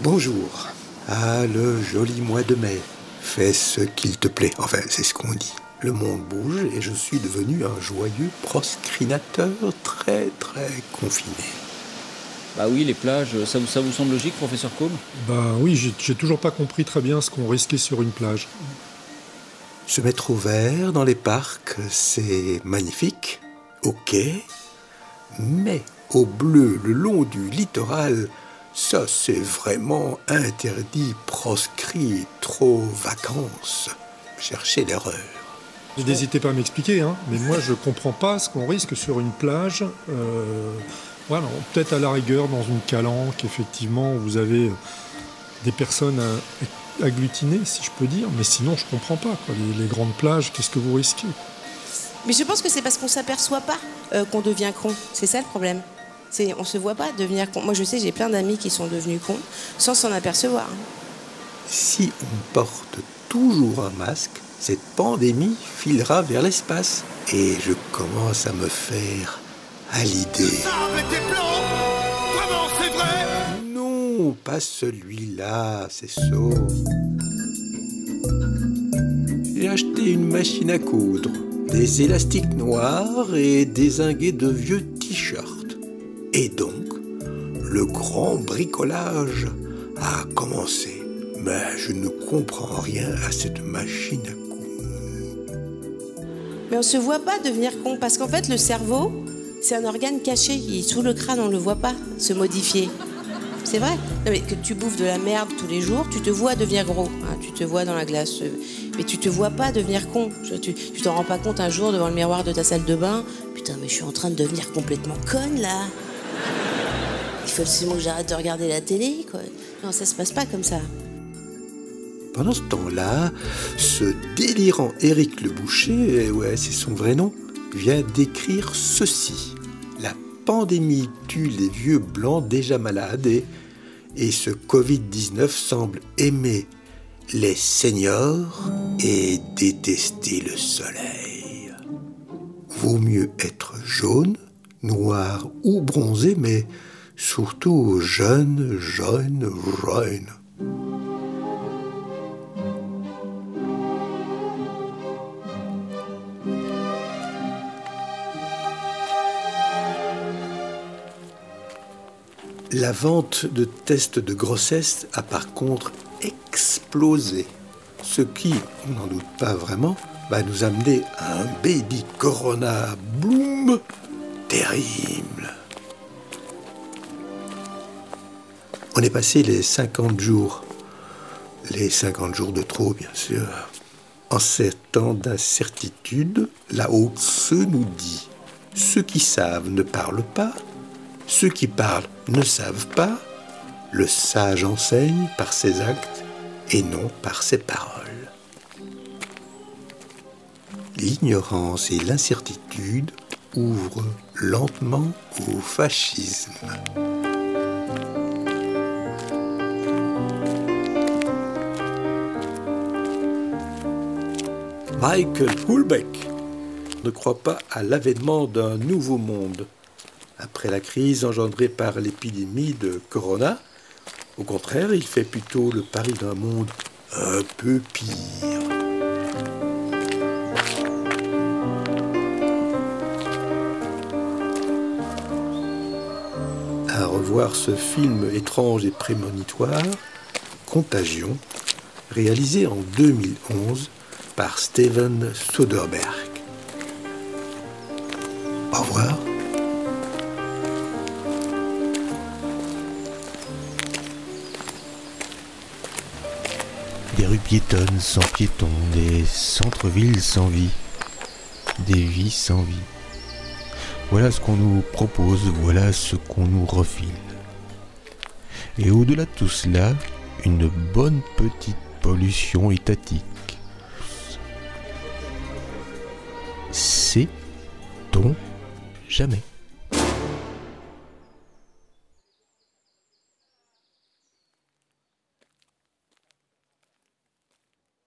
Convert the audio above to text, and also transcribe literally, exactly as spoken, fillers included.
Bonjour. Ah, le joli mois de mai. Fais ce qu'il te plaît. Enfin, c'est ce qu'on dit. Le monde bouge et je suis devenu un joyeux proscrinateur très très confiné. Bah oui, les plages, ça vous, ça vous semble logique, professeur Combe ? Bah oui, j'ai, j'ai toujours pas compris très bien ce qu'on risquait sur une plage. Se mettre au vert dans les parcs, c'est magnifique, ok. Mais au bleu, le long du littoral, ça c'est vraiment interdit, proscrit, trop vacances. Cherchez l'erreur. N'hésitez pas à m'expliquer, hein, mais moi je comprends pas ce qu'on risque sur une plage. Euh, voilà, peut-être à la rigueur dans une calanque, effectivement, vous avez des personnes à, agglutinées, si je peux dire, mais sinon je comprends pas, quoi. Les, les grandes plages, qu'est-ce que vous risquez ? Mais je pense que c'est parce qu'on s'aperçoit pas euh, qu'on devient con. C'est ça le problème. C'est, on se voit pas devenir con. Moi je sais, j'ai plein d'amis qui sont devenus cons sans s'en apercevoir. Si on porte toujours un masque, cette pandémie filera vers l'espace. Et je commence à me faire à l'idée. Le sable était blanc. Vraiment, c'est vrai ? Non, pas celui-là, c'est sauf. J'ai acheté une machine à coudre, des élastiques noirs et dézingués de vieux t-shirts. Et donc, le grand bricolage a commencé. Mais je ne comprends rien à cette machine à coudre. Mais on se voit pas devenir con parce qu'en fait le cerveau, c'est un organe caché. Il est sous le crâne, on le voit pas se modifier. C'est vrai. Non, mais que tu bouffes de la merde tous les jours, tu te vois devenir gros. Hein, tu te vois dans la glace. Mais tu te vois pas devenir con. Tu, tu t'en rends pas compte un jour devant le miroir de ta salle de bain. Putain, mais je suis en train de devenir complètement conne là. Il faut absolument que j'arrête de regarder la télé, quoi. Non, ça se passe pas comme ça. Pendant ce temps-là, ce délirant Éric Le Boucher, ouais, c'est son vrai nom, vient d'écrire ceci. La pandémie tue les vieux blancs déjà malades et, et ce covid dix-neuf semble aimer les seniors et détester le soleil. Vaut mieux être jaune, noir ou bronzé, mais surtout jeune, jeune, jeune. La vente de tests de grossesse a par contre explosé. Ce qui, on n'en doute pas vraiment, va nous amener à un baby corona boom terrible. On est passé les cinquante jours, les cinquante jours de trop bien sûr. En ces temps d'incertitude, la haute nous dit « Ceux qui savent ne parlent pas ». Ceux qui parlent ne savent pas, le sage enseigne par ses actes et non par ses paroles. L'ignorance et l'incertitude ouvrent lentement au fascisme. Michael Houellebecq ne croit pas à l'avènement d'un nouveau monde. Après la crise engendrée par l'épidémie de Corona, au contraire, il fait plutôt le pari d'un monde un peu pire. À revoir ce film étrange et prémonitoire, Contagion, réalisé en deux mille onze par Steven Soderbergh. Au revoir. Des rues piétonnes sans piétons, des centres-villes sans vie, des vies sans vie. Voilà ce qu'on nous propose, voilà ce qu'on nous refile. Et au-delà de tout cela, une bonne petite pollution étatique. Sait-on jamais ?